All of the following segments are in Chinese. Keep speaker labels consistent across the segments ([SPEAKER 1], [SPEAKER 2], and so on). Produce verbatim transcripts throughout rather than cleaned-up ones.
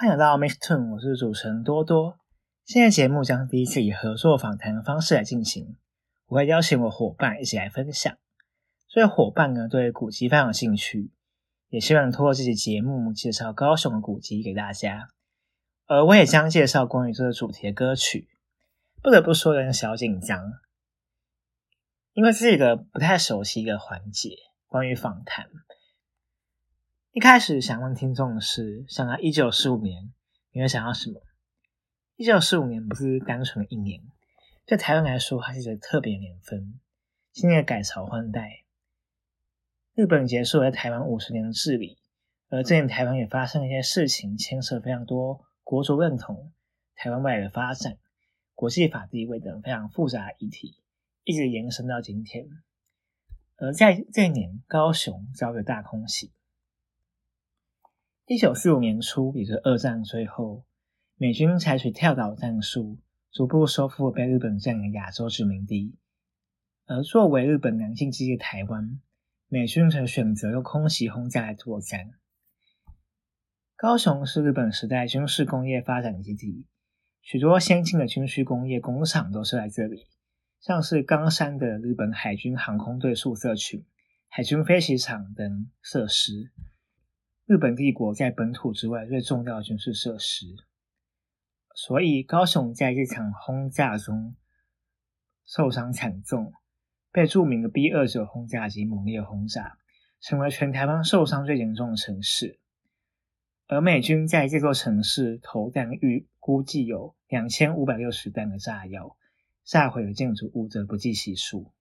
[SPEAKER 1] 欢迎来到 Mixtune， 我是主持人多多。现在节目将第一次以合作访谈的方式来进行，我会邀请我伙伴一起来分享。这位伙伴呢，对古籍非常有兴趣，也希望透过这期节目介绍高雄的古籍给大家。而我也将介绍关于这个主题的歌曲。不得不说有点小紧张，因为这是一个不太熟悉的环节，关于访谈。一开始想问听众的是，想到一九四五年，你会想到什么？一九四五年不是单纯的一年，对台湾来说，它是一个特别的年份。经历了改朝换代，日本结束了在台湾五十年的治理，而这年台湾也发生了一些事情，牵涉非常多国族认同、台湾未来的发展、国际法地位等非常复杂的议题，一直延伸到今天。而在这一年，高雄遭遇大空袭。一九四五年初，也就是二战最后，美军采取跳岛战术，逐步收复被日本占领的亚洲殖民地。而作为日本南进基地的台湾，美军则选择用空袭轰炸来作战。高雄是日本时代军事工业发展基地，许多先进的军需工业工厂都是在这里，像是冈山的日本海军航空队宿舍群、海军飞机场等设施。日本帝国在本土之外最重要的军事设施，所以高雄在这场轰炸中受伤惨重，被著名的 B 二十九 轰炸机猛烈轰炸，成为全台湾受伤最严重的城市。而美军在这座城市投弹预估计有两千五百六十弹的炸药，炸毁的建筑物则不计其数。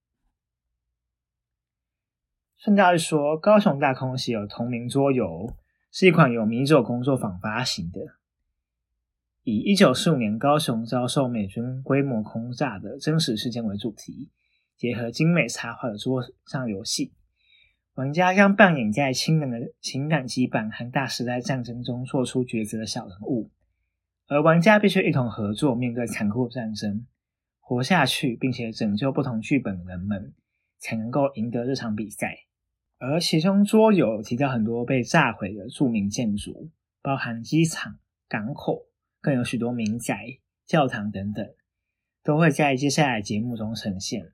[SPEAKER 1] 顺道一说，高雄大空袭有同名桌游，是一款由米酒工作坊发行的，以一九四五年高雄遭受美军规模轰炸的真实事件为主题，结合精美插画的桌上游戏，玩家将扮演在亲人的情感羁绊和大时代战争中做出抉择的小人物，而玩家必须一同合作面对残酷的战争，活下去并且拯救不同剧本的人们，才能够赢得这场比赛。而其中桌游提到很多被炸毁的著名建筑，包含机场、港口，更有许多民宅、教堂等等，都会在接下来节目中呈现。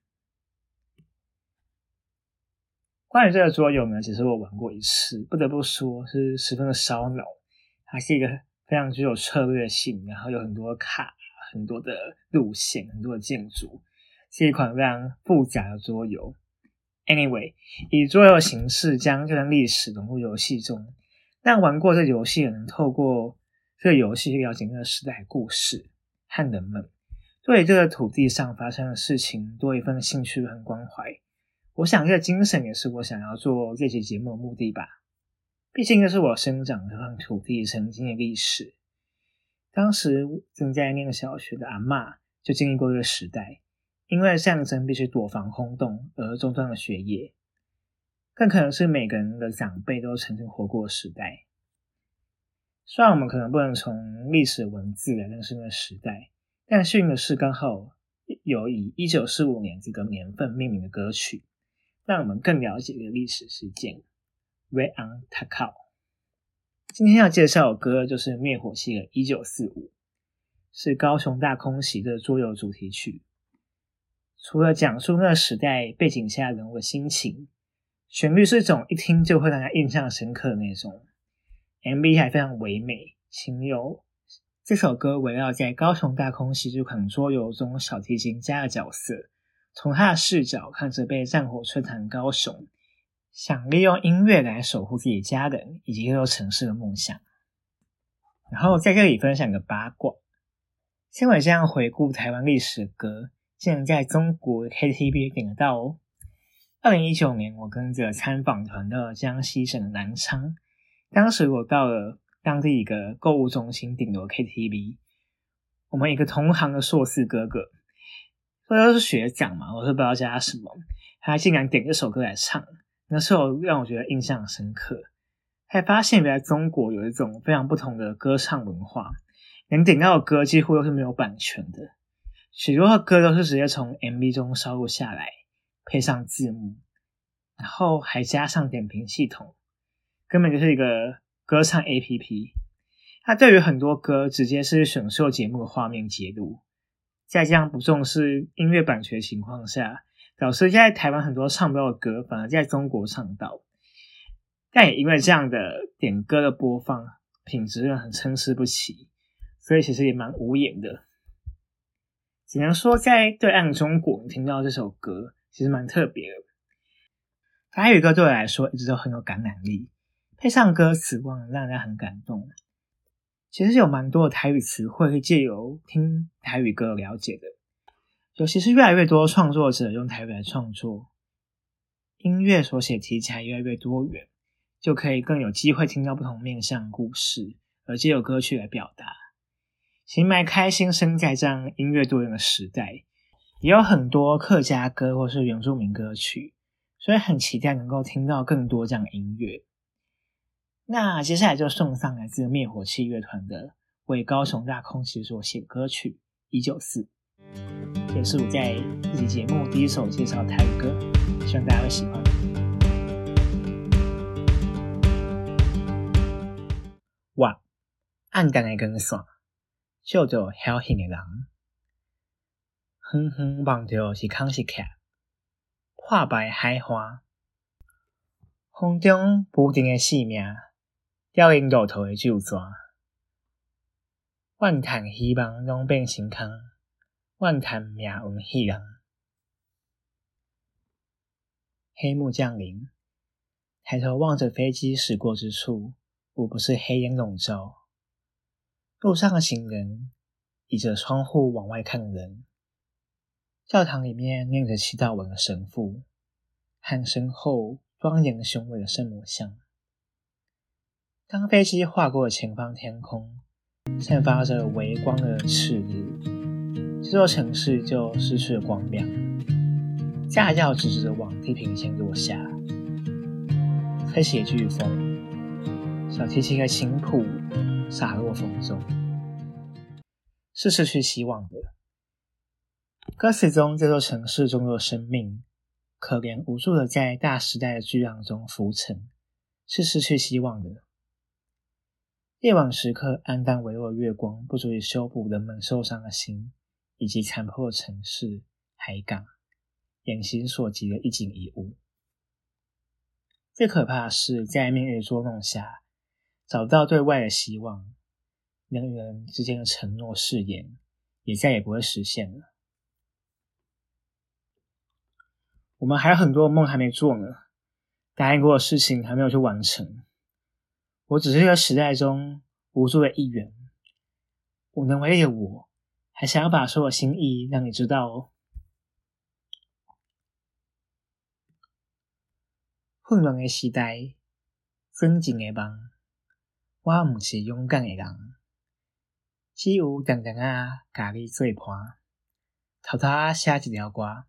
[SPEAKER 1] 关于这个桌游呢，其实我玩过一次，不得不说是十分的烧脑。它是一个非常具有策略性，然后有很多卡、很多的路线、很多的建筑，是一款非常复杂的桌游。Anyway， 以桌游形式将这段历史融入游戏中，让玩过这个游戏的人透过这个游戏去了解那个时代的故事和人们，对这个土地上发生的事情多一份兴趣和关怀。我想这个精神也是我想要做这期节目的目的吧。毕竟这是我生长这块土地曾经的历史。当时正在念小学的阿嬷就经历过这个时代，因为战争必须躲防空洞而中断了学业，更可能是每个人的长辈都曾经活过的时代。虽然我们可能不能从历史文字来认识那个时代，但幸运的是刚好有以一九四五年这个年份命名的歌曲，让我们更了解这个历史事件。 Red on Takao。 今天要介绍的歌就是灭火器的一九四五，是高雄大空袭的桌游主题曲。除了讲述那个时代背景下人物的心情，旋律是一种一听就会让人印象深刻的那种， M V 还非常唯美轻柔。这首歌围绕在高雄大空袭这款桌游中小提琴家的角色，从他的视角看着被战火摧残的高雄，想利用音乐来守护自己的家人以及这座城市的梦想。然后在这里分享个八卦，像我这样回顾台湾历史的歌，竟然在中国 K T V 点得到哦。二零一九年我跟着参访团到了江西省的南昌，当时我到了当地一个购物中心顶楼 K T V， 我们一个同行的硕士哥哥，说都是学长嘛，我是不知道叫他什么，他竟然点这首歌来唱，那时候让我觉得印象深刻。还发现原来中国有一种非常不同的歌唱文化，能点到的歌几乎都是没有版权的，许多的歌都是直接从 M V 中烧录下来，配上字幕，然后还加上点评系统，根本就是一个歌唱 A P P。 他对于很多歌直接是选秀节目的画面截录，在这样不重视音乐版权的情况下，导致在台湾很多唱不到的歌反而在中国唱到，但也因为这样的点歌的播放品质很参差不齐，所以其实也蛮无言的。只能说在对岸中国听到这首歌其实蛮特别的。台语歌对我来说一直都很有感染力，配上歌词往往让人很感动。其实有蛮多的台语词汇是借由听台语歌了解的，尤其是越来越多创作者用台语来创作，音乐所写题材越来越多元，就可以更有机会听到不同面向故事，而借由歌曲来表达。其实蛮开心生在这样音乐多元的时代，也有很多客家歌或是原住民歌曲，所以很期待能够听到更多这样的音乐。那接下来就送上来自灭火器乐团的为高雄大空袭所写歌曲一九四，也是我在这期节目第一首介绍台语歌，希望大家会喜欢。我暗淡的光线照着侥幸的人，远远望着是空是徛破败海花，风中不定的生命吊因路途的旧蛇，怨叹希望拢变成空，怨叹命运戏人。黑幕降临，抬头望着飞机驶过之处，无不是黑烟笼罩。路上的行人，倚着窗户往外看的人，教堂里面念着祈祷文的神父，和身后庄严雄伟的圣母像。当飞机划过前方天空，散发着微光的赤日，这座城市就失去了光亮，驾校直直的往地平线落下。吹起飓风，小提琴的琴谱洒落风中，是失去希望的。歌词中这座城市中的生命可怜无助的在大时代的巨浪中浮沉，是失去希望的。夜晚时刻暗淡微弱的月光不足以修补人们受伤的心，以及残破的城市海港眼形所及的一景一物。最可怕的是在命运捉弄下找不到对外的希望，人与人之间的承诺誓言也再也不会实现了。我们还有很多梦还没做呢，答应过的事情还没有去完成。我只是这个时代中无助的一员，无能为力的我还想要把所有心意让你知道哦。混乱的时代，风静的梦，我不是勇敢的人，只有淡淡啊甲你做伴，偷偷啊写一条歌。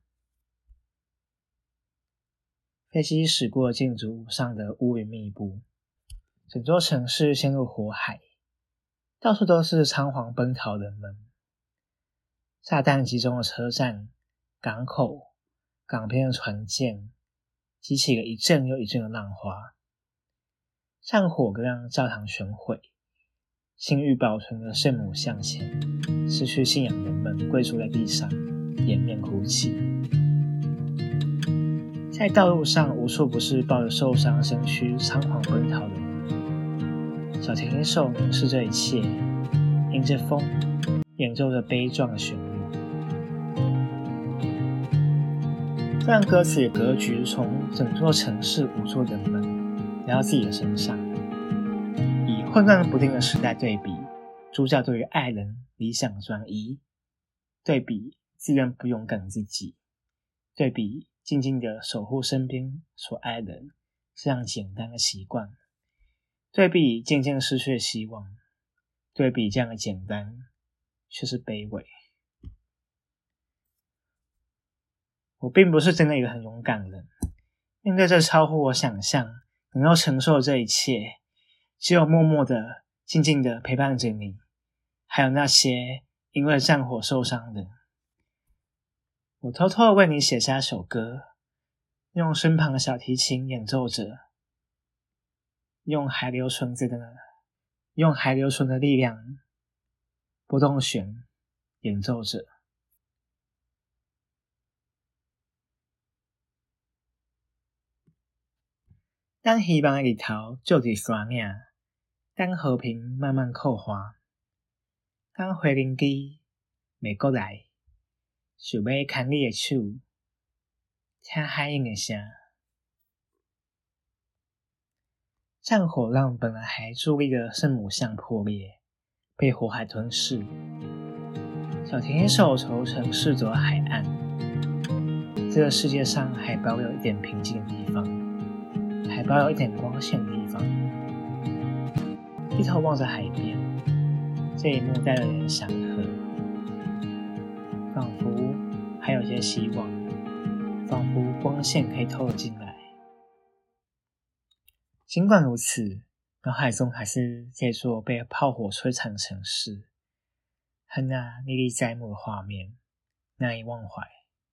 [SPEAKER 1] 飞机驶过建筑物上的乌云密布，整座城市陷入火海，到处都是仓皇奔逃的人们。炸弹集中的车站、港口、港边的船舰，激起了一阵又一阵的浪花。战火更让教堂全毁，信誉保存的圣母像前，失去信仰的人们跪坐在地上，掩面哭泣。在道路上，无处不是抱着受伤身躯仓皇奔逃的人。小提琴手凝视这一切，迎着风，演奏着悲壮的旋律。这样歌词的格局从整座城市无助的人们来到自己的身上，以混乱不定的时代对比，主角对于爱人理想专一，对比自认不勇敢的自己，对比静静的守护身边所爱人这样简单的习惯，对比渐渐失去的希望，对比这样的简单却是卑微。我并不是真的一个很勇敢的人，面对这超乎我想象能够承受这一切，只有默默的静静的陪伴着你，还有那些因为战火受伤的。我偷偷的为你写下首歌，用身旁的小提琴演奏着，用还留存着的用海流存的力量，波动弦演奏着。当希望的日头照伫山岭，当和平慢慢扩花，当回零机袂过来，想要牵你的手，听海鹰的声。战火让本来还伫立的圣母像破裂，被火海吞噬。小田野手从城市走到海岸，这个世界上还保有一点平静的地方，还保有一点光线的地方。低头望着海边，这一幕带了点祥和，仿佛还有些希望，仿佛光线可以透了进来。尽管如此，脑海中还是这座被炮火摧残的城市和那历历在目的画面难以忘怀。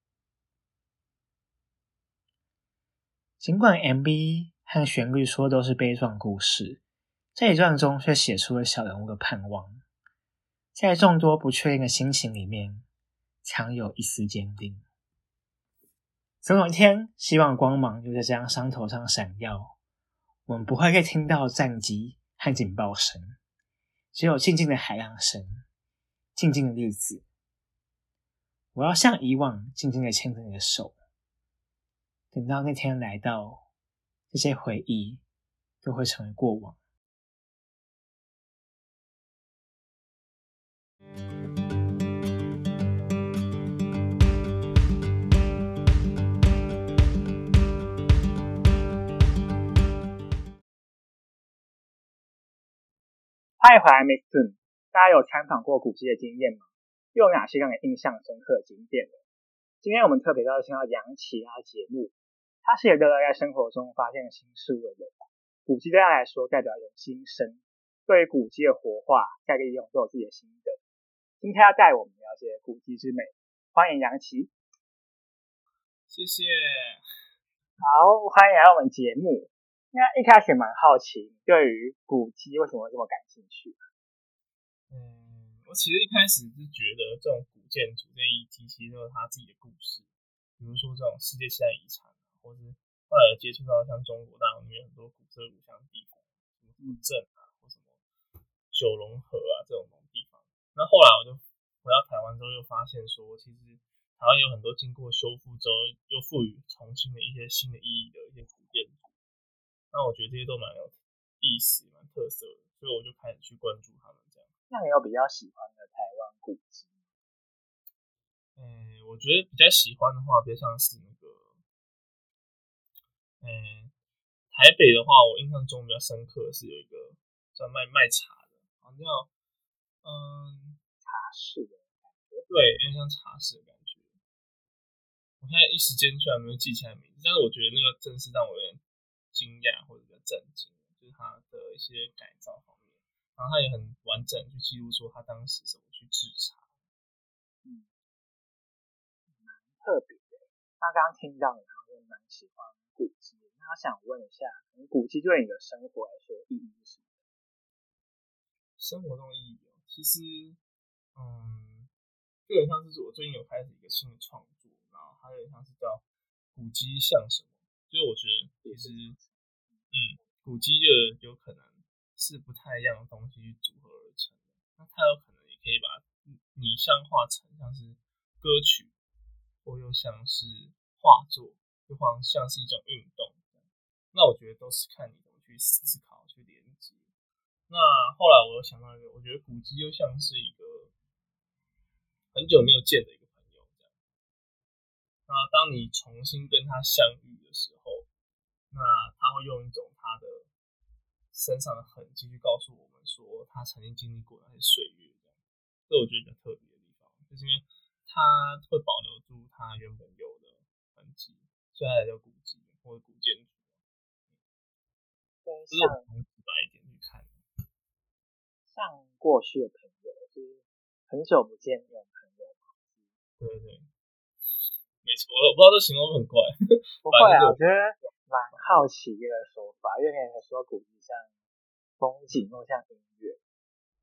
[SPEAKER 1] 尽管 M V 和旋律说都是悲壮故事，在一段中却写出了小人物的盼望，在众多不确定的心情里面常有一丝坚定。总有一天，希望光芒就在这样伤头上闪耀，我们不会再听到战机和警报声，只有静静的海浪声，静静的日子。我要像以往静静的牵着你的手，等到那天来到，这些回忆都会成为过往。欢迎回来 Mix Zoom， 大家有参访过古迹的经验吗？又有哪些让你印象深刻的景点呢？今天我们特别邀请到杨琪来节目，他是一个热爱在生活中发现新事物的人。古迹对他来说代表一种新生，对于古迹的活化再利用都有自己的心得。今天要带我们了解古迹之美，欢迎杨琪。
[SPEAKER 2] 谢谢。
[SPEAKER 1] 好，欢迎来到我们节目。那一开始蛮好奇，对于古迹为什么会这么感兴趣？
[SPEAKER 2] 嗯，我其实一开始是觉得这种古建筑这一题其实都有它自己的故事，比如说这种世界自然遗产，或是后来有接触到像中国大陆里面很多古色古香的地方，什么古镇啊，或什么九龙河啊这种地方。那后来我就回到台湾之后，又发现说，其实台湾有很多经过修复之后，又赋予重新的一些新的意义的一些古建筑。那我觉得这些都蛮有意思、蛮特色的，所以我就开始去关注他们这样。
[SPEAKER 1] 那你有比较喜欢的台湾古迹？
[SPEAKER 2] 嗯，我觉得比较喜欢的话，比较像是那个，嗯，台北的话，我印象中比较深刻的是有一个叫卖卖茶的，好像叫嗯
[SPEAKER 1] 茶室的感觉，
[SPEAKER 2] 对，有点像茶室的感觉。我现在一时间居然没有记起来名字，但是我觉得那个真是让我有点惊讶或者比较震惊，就是它的一些改造方面，然后它也很完整去记录说它当时怎么去制茶，
[SPEAKER 1] 嗯，蛮特别的。那刚刚听到你好像蛮喜欢古迹，那想问一下，古迹对你的生活来说意义是什么？
[SPEAKER 2] 生活中的意义哦，其实，嗯，有点像是我最近有开始一个新的创作，然后它有点像是叫古迹像什么，所以我觉得其实。嗯，古迹就有可能是不太一样的东西组合而成的，那它有可能也可以把拟像化成像是歌曲，或又像是画作，又好像像是一种运动。那我觉得都是看你怎么去思考、去连接。那后来我又想到一个，我觉得古迹就像是一个很久没有见的一个朋友这样。那当你重新跟他相遇的时候，那他会用一种他的身上的痕迹去告诉我们说他曾经经历过那些岁月，这样，这我觉得比较特别的地方，就是因为他会保留住他原本有的痕迹，所以它才叫古迹或者古建筑。这是我从直白一点去看，
[SPEAKER 1] 像过去的朋友，就是很久不见那种朋友嘛。
[SPEAKER 2] 对对，没错，我不知道这形容很怪。
[SPEAKER 1] 不会啊，我觉得蛮好奇这个说法，因为你说古迹像风景或像音乐，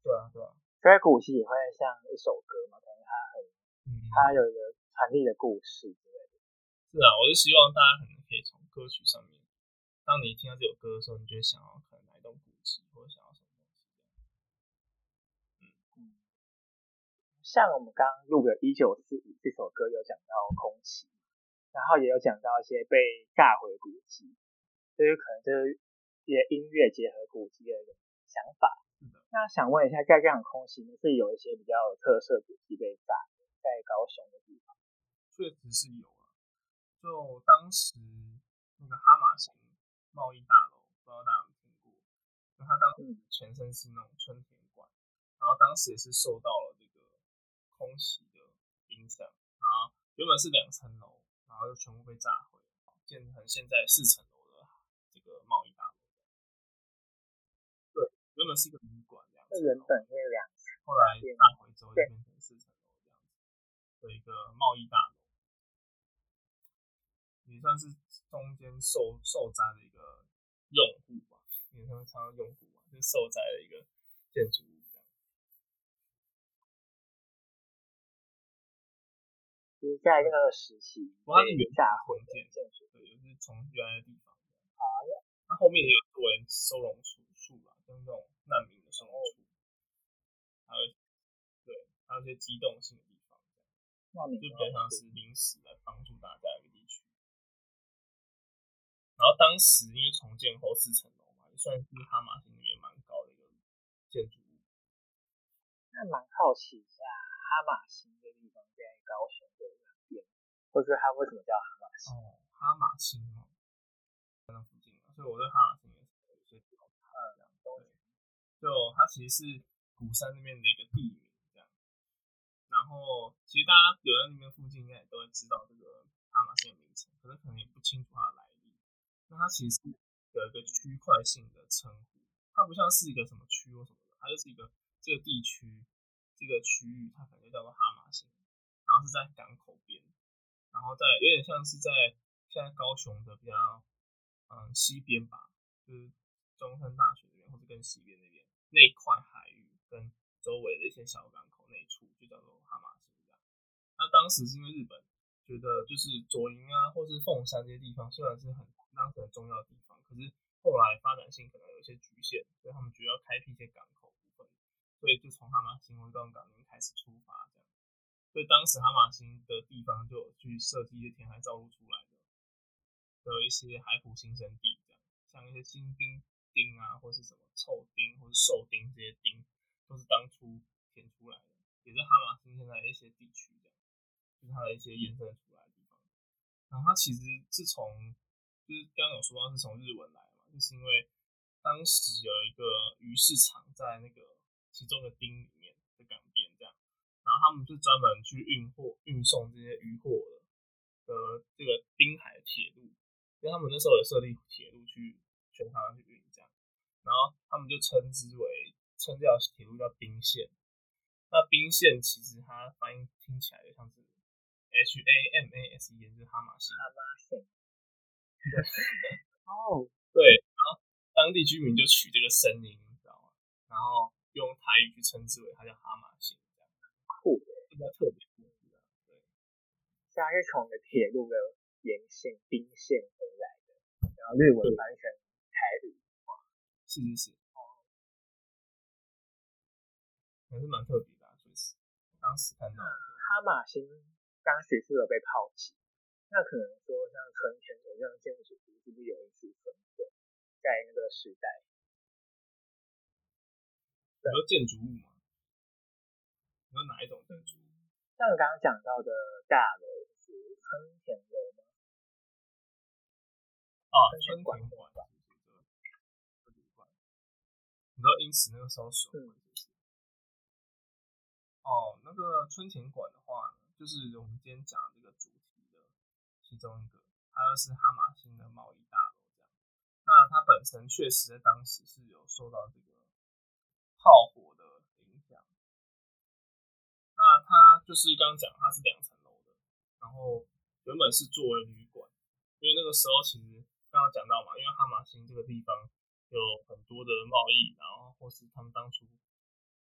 [SPEAKER 2] 对啊，对啊。
[SPEAKER 1] 所以古迹也会像一首歌嘛，可能它很，
[SPEAKER 2] 嗯，
[SPEAKER 1] 它有一个传递的故事之类的。
[SPEAKER 2] 是啊，我是希望大家可能可以从歌曲上面，当你听到这首歌的时候，你就会想要可能哪一栋古迹，或者想要什么东西。嗯
[SPEAKER 1] 嗯，像我们刚刚录的《一九四五》这首歌有讲到空气，然后也有讲到一些被炸毁古迹，就是可能就是一些音乐结合古迹的一种想法。那想问一下，在这样的空袭呢，是有一些比较有特色古迹被炸的，在高雄的地方？
[SPEAKER 2] 确实是有啊。就当时那个哈马星贸易大楼，不知道大家有没有听过？因为它当时全身是那种春田馆，然后当时也是受到了这个空袭的影响，然后原本是两层楼，然后就全部被炸毁，建成现在四层楼的这个贸易大楼。对，原本是一个旅馆这样子，
[SPEAKER 1] 原本是两层，
[SPEAKER 2] 后来炸毁之后就变成四层楼这样子的一个贸易大楼，也算是中间受受灾的一个用户吧，也算是常常用户吧，就是受灾的一个建筑物这样。
[SPEAKER 1] 就是在那个时期，
[SPEAKER 2] 它是原
[SPEAKER 1] 炸毁
[SPEAKER 2] 建
[SPEAKER 1] 建筑，
[SPEAKER 2] 对，也是从原来的地方。
[SPEAKER 1] 好，
[SPEAKER 2] 那后面也有作为收容处处啦，就是那种难民的收容处，还有对，还有一些机动性的地方，就比较像是临时来帮助大家的一个地区。然后当时因为重建后四层楼嘛，也算是哈马星里面蛮高的一个建筑物。
[SPEAKER 1] 那蛮好奇一下，哈马星这地方在高雄的哪边，或者它为什么叫哈马星？
[SPEAKER 2] 哦，哈马星哦，在那附近嘛，所以我对哈马星也是有一些了解。这样对，就它其实是鼓山那边的一个地名这样。然后其实大家有在那边附近应该也都会知道这个哈马星的名称，可是可能也不清楚它的来历。那它其实是有一个区块性的称呼，它不像是一个什么区或什么的，它就是一个这个地区这个区域，它可能就叫做哈马星，然后是在港口边，然后在有点像是在现在高雄的比较嗯西边吧，就是中山大学那边或者更西边那边那一块海域跟周围的一些小港口那一处就叫做哈马星这样。那当时是因为日本觉得就是左营啊或是凤山这些地方虽然是很当时很重要的地方，可是后来发展性可能有一些局限，所以他们觉得要开辟一些港口部分，所以就从哈马星文港港那边开始出发这样。所以当时哈马星的地方就有去设计一些填海造陆出来的，有一些海埔新生地这样，像一些新兵丁啊，或是什么臭丁或是寿丁这些丁，都是当初填出来的，也是哈马星现在的一些地区这样，就是它的一些衍生出来的地方。然后它其实是从，就是刚刚有说到是从日文来嘛，就是因为当时有一个鱼市场在那个其中的町里面的港边这样，然后他们就专门去运货运送这些渔货的的这个滨海铁路，因为他们那时候有设立铁路去全台湾去运这样，然后他们就称之为称这条铁路叫滨线。那滨线其实它发音听起来就像是 H A M A S E， 就是哈马星。
[SPEAKER 1] 哈马星。哦，
[SPEAKER 2] 对，然后当地居民就取这个声音，你知道吗？然后用台语去称之为它叫哈马星，这样
[SPEAKER 1] 酷的，
[SPEAKER 2] 比较特别的。对，
[SPEAKER 1] 它是从的铁路的沿线滨线而来的，然后日文翻成台语。
[SPEAKER 2] 是是是，还是蛮特别的、啊，确实。当时看到
[SPEAKER 1] 哈马星当时是有被抛弃，那可能说像春天的这样建筑物是不是有一些分轨在那个时代？
[SPEAKER 2] 你说建筑物吗？你说哪一种建筑物？
[SPEAKER 1] 像刚刚讲到的大楼是春田楼吗？
[SPEAKER 2] 啊，春田馆。你知道因此那个时候损毁就是、嗯、哦，那个春田馆的话呢，就是我们今天讲的这个主题的其中一个，它就是哈马星的贸易大楼这样。那它本身确实在当时是有受到这个炮火的影响。那它就是刚刚讲它是两层楼的，然后原本是作为旅馆，因为那个时候其实刚刚讲到嘛，因为哈马星这个地方有很多的贸易，然后或是他们当初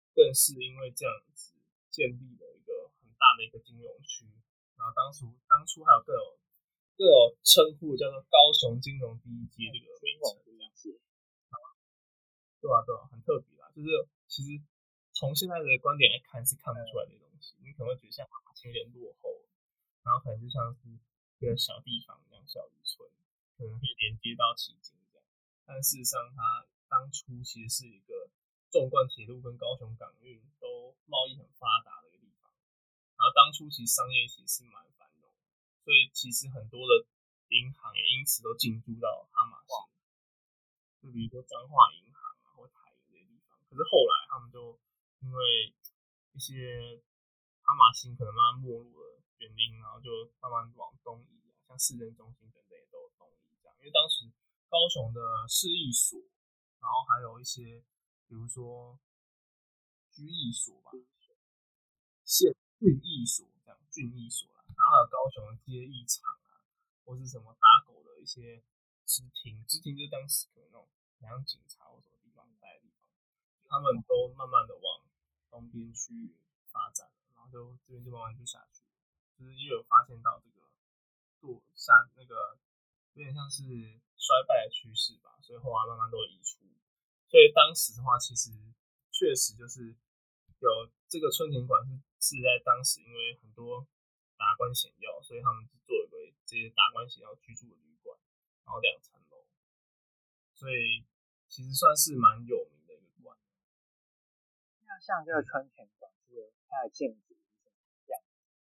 [SPEAKER 2] 更是因为这样子建立了一个很大的一个金融区，然后当初当初还有更有更有称呼叫做高雄金融第一街这个名称，这样子，对啊对啊，很特别啦。就是其实从现在的观点来看是看不出来的东西，你可能会觉得像马青有点落后，然后可能就像是一个小地方一样，小渔村，可能会连接到旗津这样，但事实上它当初其实是一个纵贯铁路跟高雄港运都贸易很发达的一个地方，然后当初其实商业其实是蛮繁荣，所以其实很多的银行也因此都进驻到哈马星，就比如说彰化银行啊或台银这些地方。可是后来他们就因为一些哈马星可能慢慢没落的原因，然后就慢慢往东移，像市政中心等等也都有东移这样。因为当时高雄的市役所，然后还有一些比如说居役所吧，县郡役所这样，郡役所啦，然后还有高雄的街役场啊，或是什么打狗的一些支厅，支厅就是当时可能那种像警察或什么地方待的地方，他们都慢慢的往东边区域发展，然后就这边就慢慢就下去，就是因为有发现到这个做下那个有点像是衰败的趋势吧，所以后来慢慢都移出。所以当时的话，其实确实就是有这个春田馆是是在当时，因为很多达官显要，所以他们就做了个这些达官显要居住的旅馆，然后两层楼，所以其实算是蛮有名的一个馆。
[SPEAKER 3] 那像这个春田馆，这个它的建筑是什么样子？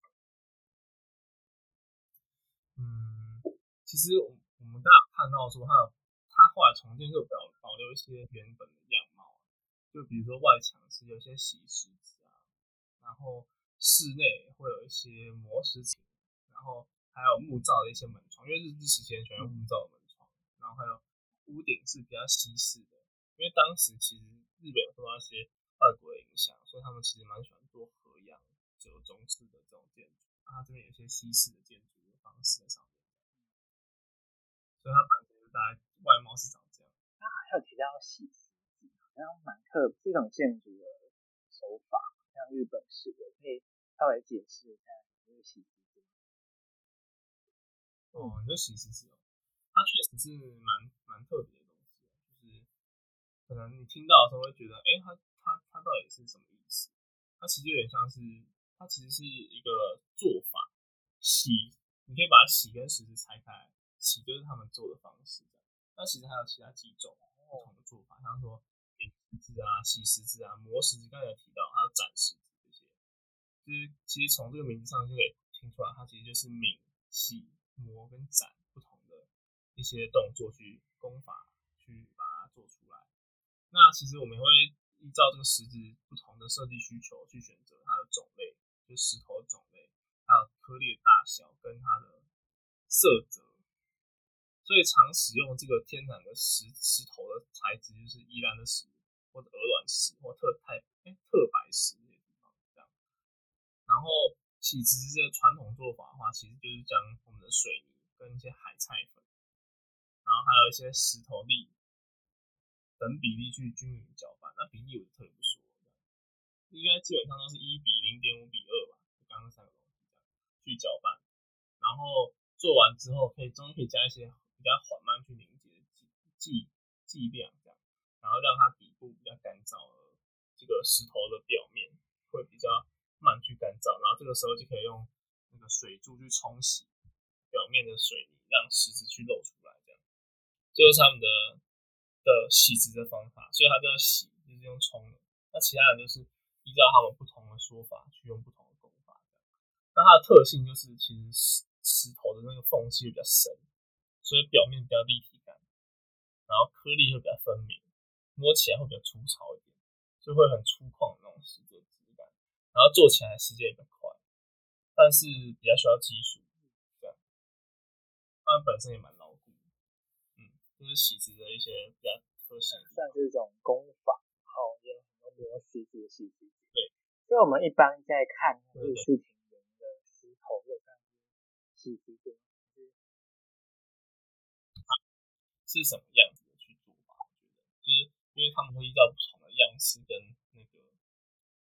[SPEAKER 2] 嗯，其实我我们大家看到说它有，它后来重建就保保留一些原本的样貌，就比如说外墙是有些洗石子啊，然后室内会有一些磨石子，然后还有木造的一些门窗，因为日治时期很喜欢用木造的门窗，然后还有屋顶是比较西式的，因为当时其实日本有受到一些外国的影响，所以他们其实蛮喜欢做和洋折中式的这种建筑，它这边有一些西式的建筑的方式在上面，所以它本身大概外貌是长这样。
[SPEAKER 3] 它还有提到洗石子，好像蛮特别，这种建筑的手法，像日本式的，可以稍微解释一下这个洗石子。
[SPEAKER 2] 哦，你说洗石子哦，它确实是蛮蛮特别的东西，就是可能你听到的时候会觉得，哎、欸，它它它到底是什么意思？它其实有点像是，它其实是一个做法，洗，你可以把洗跟石子拆开来，洗就是他们做的方式，这样。那其实还有其他几种不同的做法，像说淋石子啊、洗石子啊、磨石子，刚才有提到，还有斩石子这些，就是其实从这个名字上就可以听出来，它其实就是抿、洗、磨跟斩不同的一些动作去功法去把它做出来。那其实我们也会依照这个石子不同的设计需求去选择它的种类，就是石头的种类，还有颗粒的大小跟它的色泽。所以常使用这个天然的石石头的材质，就是宜兰的石或者鹅卵石或特太哎特白石这些地方这样。然后洗石这个传统做法的话，其实就是将我们的水泥跟一些海菜粉，然后还有一些石头粒等比例去均匀搅拌。那比例我就特别不说，应该基本上都是一比零点五比二吧，就刚刚三个东西这样去搅拌。然后做完之后，可以中间可以加一些比较缓慢去凝结的剂剂量，这样，然后让它底部比较干燥的这个石头的表面会比较慢去干燥，然后这个时候就可以用那个水柱去冲洗表面的水泥，让石子去露出来，这样，这就是他们的的洗石的方法，所以它叫洗，就是用冲的。那其他人就是依照他们不同的说法去用不同的功法，那它的特性就是其实石石头的那个缝隙比较深，所以表面比较立体感，然后颗粒会比较分明，摸起来会比较粗糙一点，就会很粗犷的那种石子的质感，然后做起来时间也比较快，但是比较需要技术，这样，它本身也蛮牢固，嗯，就是洗石的一些比较特性，
[SPEAKER 3] 算是一种功法，然后也有很多磨石子的洗石子。
[SPEAKER 2] 对，
[SPEAKER 3] 所以我们一般在看日式庭园的石头，就算是洗石子，
[SPEAKER 2] 是什么样子的去做法？我觉得就是因为他们会依照不同的样式跟那个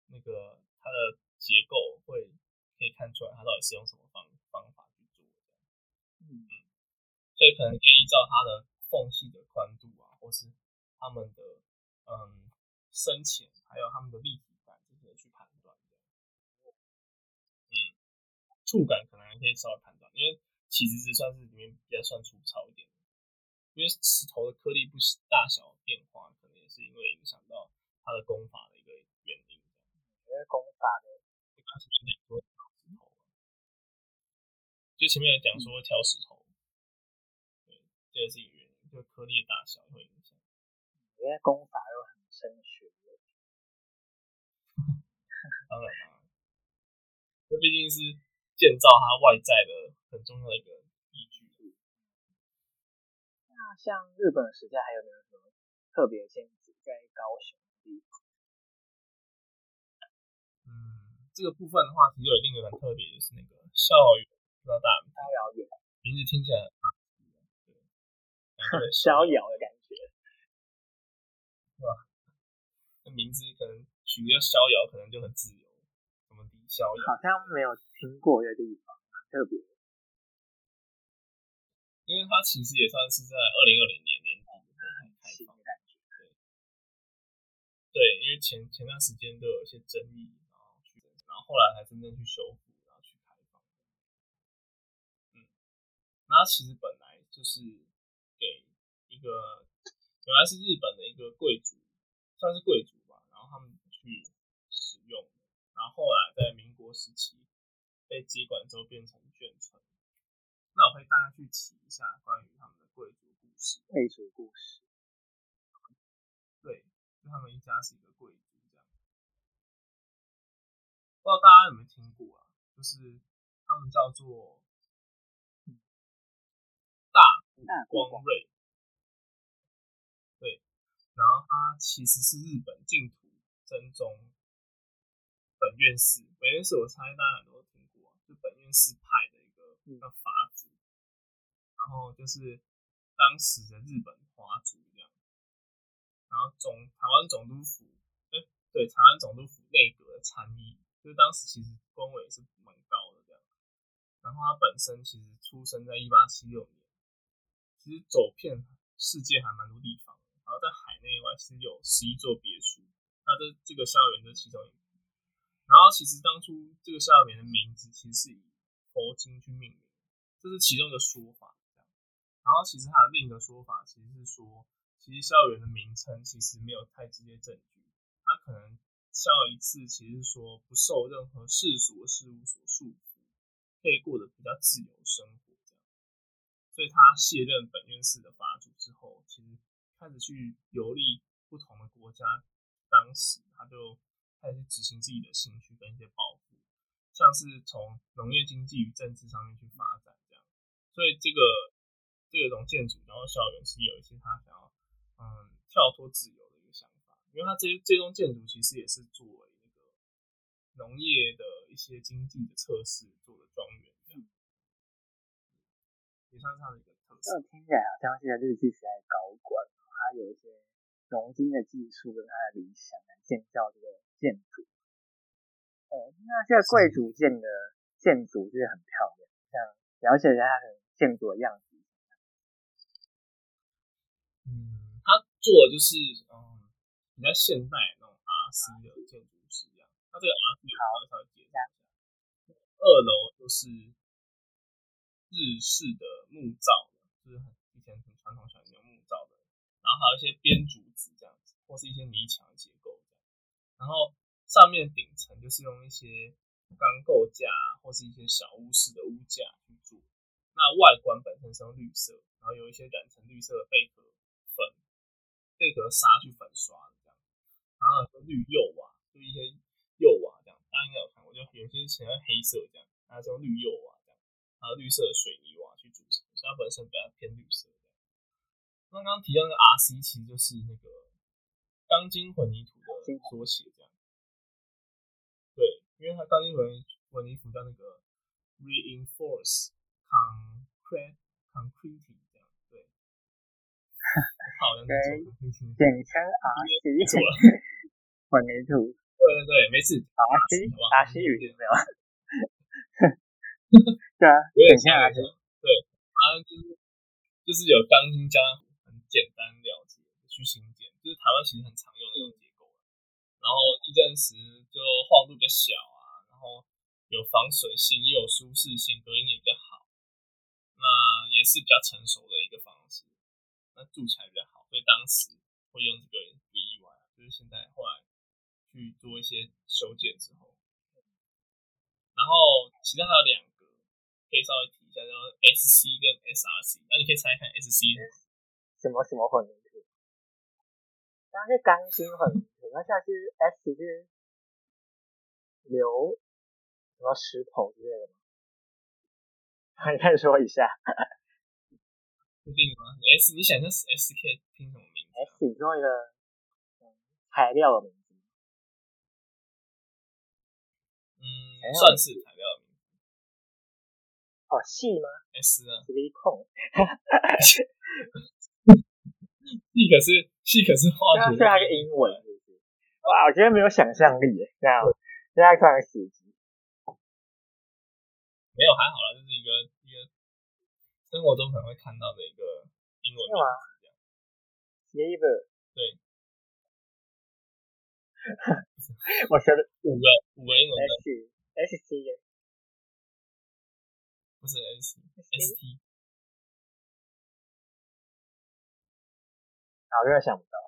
[SPEAKER 2] 那个它的结构会可以看出来它到底是用什么方方法去做的。嗯，所以可能可以依照它的缝隙的宽度啊，或是它们的嗯深浅，还有它们的立体感这些去判断。嗯，触感可能可以稍微判断，因为起子质算是里面比较算粗糙一点的，因为石头的颗粒不大小变化，可能也是因为影响到它的工法的一个原因。
[SPEAKER 3] 因为工法的，
[SPEAKER 2] 就刚前面讲说挑石头，就前面有讲说挑石头，对，这也是一个原因，就颗粒的大小会影响。
[SPEAKER 3] 因为工法又很深学的。
[SPEAKER 2] 当然当然，这毕竟是建造它外在的很重要的一个依据。
[SPEAKER 3] 那像日本时代还有没有什么特别建筑在高雄的地方？
[SPEAKER 2] 嗯，这个部分的话，其实有另一个很特别，就是那个逍遥园，不知道大家有没有听过？
[SPEAKER 3] 逍遥园，
[SPEAKER 2] 名字听起来很对，
[SPEAKER 3] 逍遥的感觉，
[SPEAKER 2] 对吧？那名字可能取个逍遥，可能就很自由，什么李逍遥，
[SPEAKER 3] 好像没有听过的地方，蛮特别的。
[SPEAKER 2] 因为它其实也算是在二零二零年年底的时候才开放的感觉。对，对，因为前前段时间都有一些争议，然后去，然后后来才真正去修复，然后去开放。嗯，那其实本来就是给一个原来是日本的一个贵族，算是贵族吧，然后他们去使用的，然后后来在民国时期被接管之后变成眷村。那我会大概去提一下关于他们的贵族故事。
[SPEAKER 3] 贵族故事，
[SPEAKER 2] 对，就他们一家是一个贵族这样。不知道大家有没有听过啊？就是他们叫做大谷光瑞，对，然后他其实是日本净土真宗本愿寺，本愿寺我猜大家很多都听过，就本愿寺派的一个叫法主，然后就是当时的日本华族这样，然后总台湾总督府，哎，对，台湾总督府内阁的参议，就是当时其实官位是蛮高的这样，然后他本身其实出生在一八七六年，其实走遍世界还蛮多地方，然后在海内外其实有十一座别墅，那这这个逍遥园就是其中一个。然后其实当初这个逍遥园的名字其实是以佛经去命名，这是其中一个说法。然后其实还有另一个说法，其实是说，其实逍遥园的名称其实没有太直接证据，它可能逍遥一次，其实是说不受任何世俗的事物所束缚，可以过得比较自由生活这样。所以他卸任本愿寺的法主之后，其实开始去游历不同的国家，当时他就开始执行自己的兴趣跟一些抱负，像是从农业经济与政治上面去发展这样。所以这个这种建筑，然后逍遥园是有一些他想要嗯跳脱自由的一个想法，因为他这这栋建筑其实也是作为那个农业的一些经济的测试做的庄园这样，也算是他的一个特色。
[SPEAKER 3] 这听起来好像是在日据时代高官，他有一些农经的技术跟他的理想来建造这个建筑。呃，那这个贵族建的建筑就是很漂亮，像了解一下它的建筑的样子。
[SPEAKER 2] 嗯，他做的就是嗯比较现代那种 R C 的建筑师一样。那这个 R C 我稍微介绍一下，二楼就是日式的木造的，就是很以前很传统小那种木造的，然后还有一些编竹子这样子，或是一些泥墙结构这样。然后上面顶层就是用一些钢构架或是一些小屋式的屋架去做。那外观本身是用绿色，然后有一些染成绿色的贝壳粉、贝壳沙去粉刷的这样。然后有绿釉瓦，就一些釉瓦这样，大家应该有看过，就有些呈现黑色这样，它是用绿釉瓦这样，还有绿色的水泥瓦去组成，所以它本身比较偏绿色这样。那刚刚提到那个 R C 其实就是那个钢筋混凝土的缩写这样。对，因为它钢筋混混凝土叫那个 reinforce concrete concrete 这样，对。好像是做 concrete，
[SPEAKER 3] 简称 R C
[SPEAKER 2] 错了，
[SPEAKER 3] 混凝土。
[SPEAKER 2] 对对对，没事。
[SPEAKER 3] 达西达西语有没有？对啊，
[SPEAKER 2] 有点像，
[SPEAKER 3] 很像啊。
[SPEAKER 2] 对，它就是就是有钢筋加上很简单了解去新建，就是台湾其实很常用的那种结构。然后地震时就晃度比较小啊，然后有防水性，也有舒适性，隔音也比较好。那也是比较成熟的一个方式，那住起来比较好，所以当时会用这个不意外，就是现在后来去做一些修剪之后，然后其他还有两个可以稍微提一下，叫 S C 跟 S R C。那你可以猜看 S C
[SPEAKER 3] 什么什么混凝土？刚刚是钢筋混凝土，那下是 S 是硫什么石头之类的吗？你可以说一下。
[SPEAKER 2] 确定吗 ？S 你想一下 S 可以拼什么名字、啊、
[SPEAKER 3] ？S 做一个、嗯、材料的名字。
[SPEAKER 2] 嗯，算是材料的名字。
[SPEAKER 3] 哦，细吗
[SPEAKER 2] ？S 啊
[SPEAKER 3] ，silicone。
[SPEAKER 2] 细可是细可是化学，
[SPEAKER 3] 是它个英文是不是？哇，我觉得没有想象力耶，这样现在突然死机。
[SPEAKER 2] 没有还好啦，就是一个一个生活中可能会看到的一个英文名字这样。
[SPEAKER 3] Sliver。
[SPEAKER 2] 对。
[SPEAKER 3] 我学了
[SPEAKER 2] 五个五个英文的
[SPEAKER 3] S S C 耶，
[SPEAKER 2] 不是 S S T。
[SPEAKER 3] 啊，我真的想不到。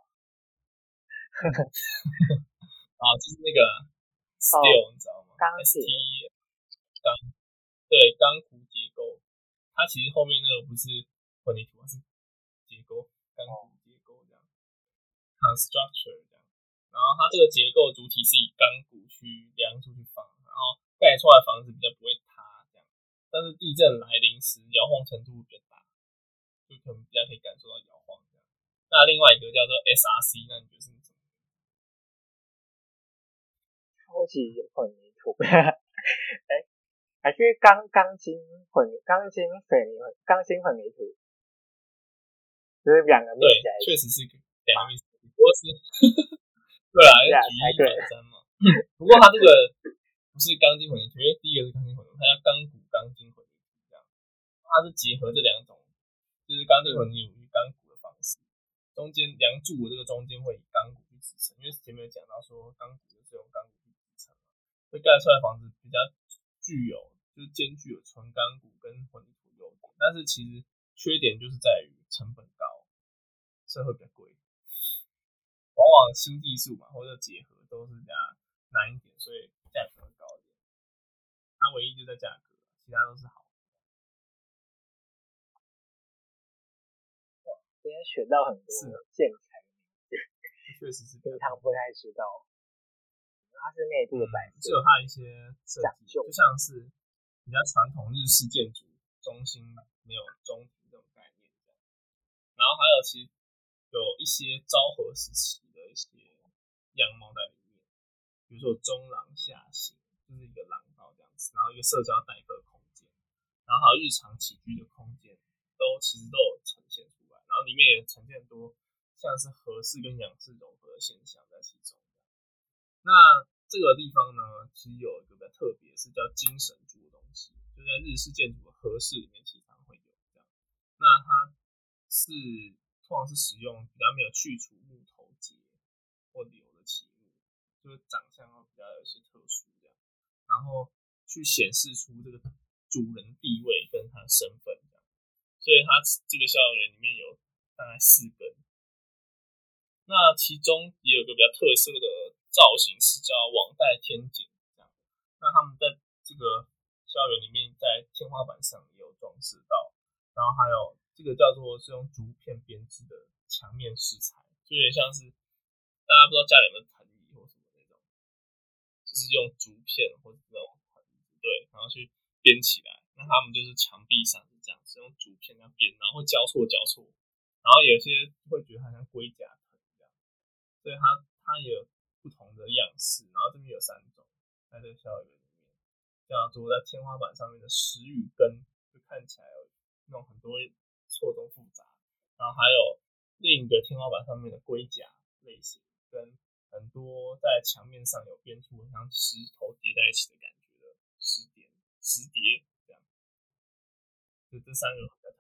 [SPEAKER 2] 啊，就是那个 steel，、哦、你知道吗？
[SPEAKER 3] 钢
[SPEAKER 2] 铁 S T 钢，对，钢骨结构。它其实后面那个不是混凝土，是结构，钢骨结构这样 ，constructure 这样。然后它这个结构主体是以钢骨去梁柱去放，然后盖出来的房子比较不会塌这样。但是地震来临时，摇晃程度比较大，就可能比较可以感受到摇晃这样。那另外一个叫做 S R C， 那你觉得是什么？
[SPEAKER 3] 超级混凝土。哎，还是钢钢筋混钢筋水泥钢筋混凝土，就是两个密起来。
[SPEAKER 2] 对，确实是两个密起来，不过是对啊，因为举一反三嘛。不过它这个不是钢筋混凝土，因为第一个是钢筋混凝土，它叫钢骨钢筋混凝土这样。它是结合这两种，就是钢筋混凝土与钢骨的方式。中间梁柱的这个中间会以钢骨去支撑，因为前面有讲到说钢骨是用钢骨去支撑嘛，所以盖出来的房子比较具有就是兼具有纯钢骨跟混凝土优点，但是其实缺点就是在于成本高，所以会比较贵。往往新技术嘛或者结合都是比较难一点，所以价格会高一点。它唯一就在价格，其他都是好。
[SPEAKER 3] 哇，今天学到很多建材的名字，
[SPEAKER 2] 确实是
[SPEAKER 3] 平常不太知道。它是内部的摆设，
[SPEAKER 2] 是有它一些设计，就像是比较传统日式建筑，中心没有中庭这种概念这样。然后还有其实有一些昭和时期的一些样貌在里面，比如说中廊下行，就是一个廊道这样子，然后一个社交待客空间，然后还有日常起居的空间，都其实都有呈现出来，然后里面也呈现多像是和式跟洋式融合的现象在其中。那这个地方呢，其实有一个比较特别，是叫精神柱的东西，就在日式建筑的和式里面，经常会有这样。那它是通常是使用比较没有去除木头节或流的漆木，就是长相会比较有一些特殊这样，然后去显示出这个主人地位跟他的身份这样。所以它这个校园里面有大概四根，那其中也有个比较特色的造型是叫网带天井这样。那他们在这个校园里面，在天花板上也有装饰到，然后还有这个叫做是用竹片编织的墙面饰材，就有点像是大家不知道家里有没有藤椅或什么那种，就是用竹片或者那种藤椅对，然后去编起来。那他们就是墙壁上是这样子，用竹片这样编，然后会交错交错，然后有些会觉得它像龟甲藤这样，所以它它也有不同的样式。然后这边有三种，在这个校园里面叫做在天花板上面的石雨根，就看起来有那种很多错综复杂，然后还有另一个天花板上面的龟甲类型，跟很多在墙面上有编出很像石头叠在一起的感觉的石叠石叠这样，就这三个比较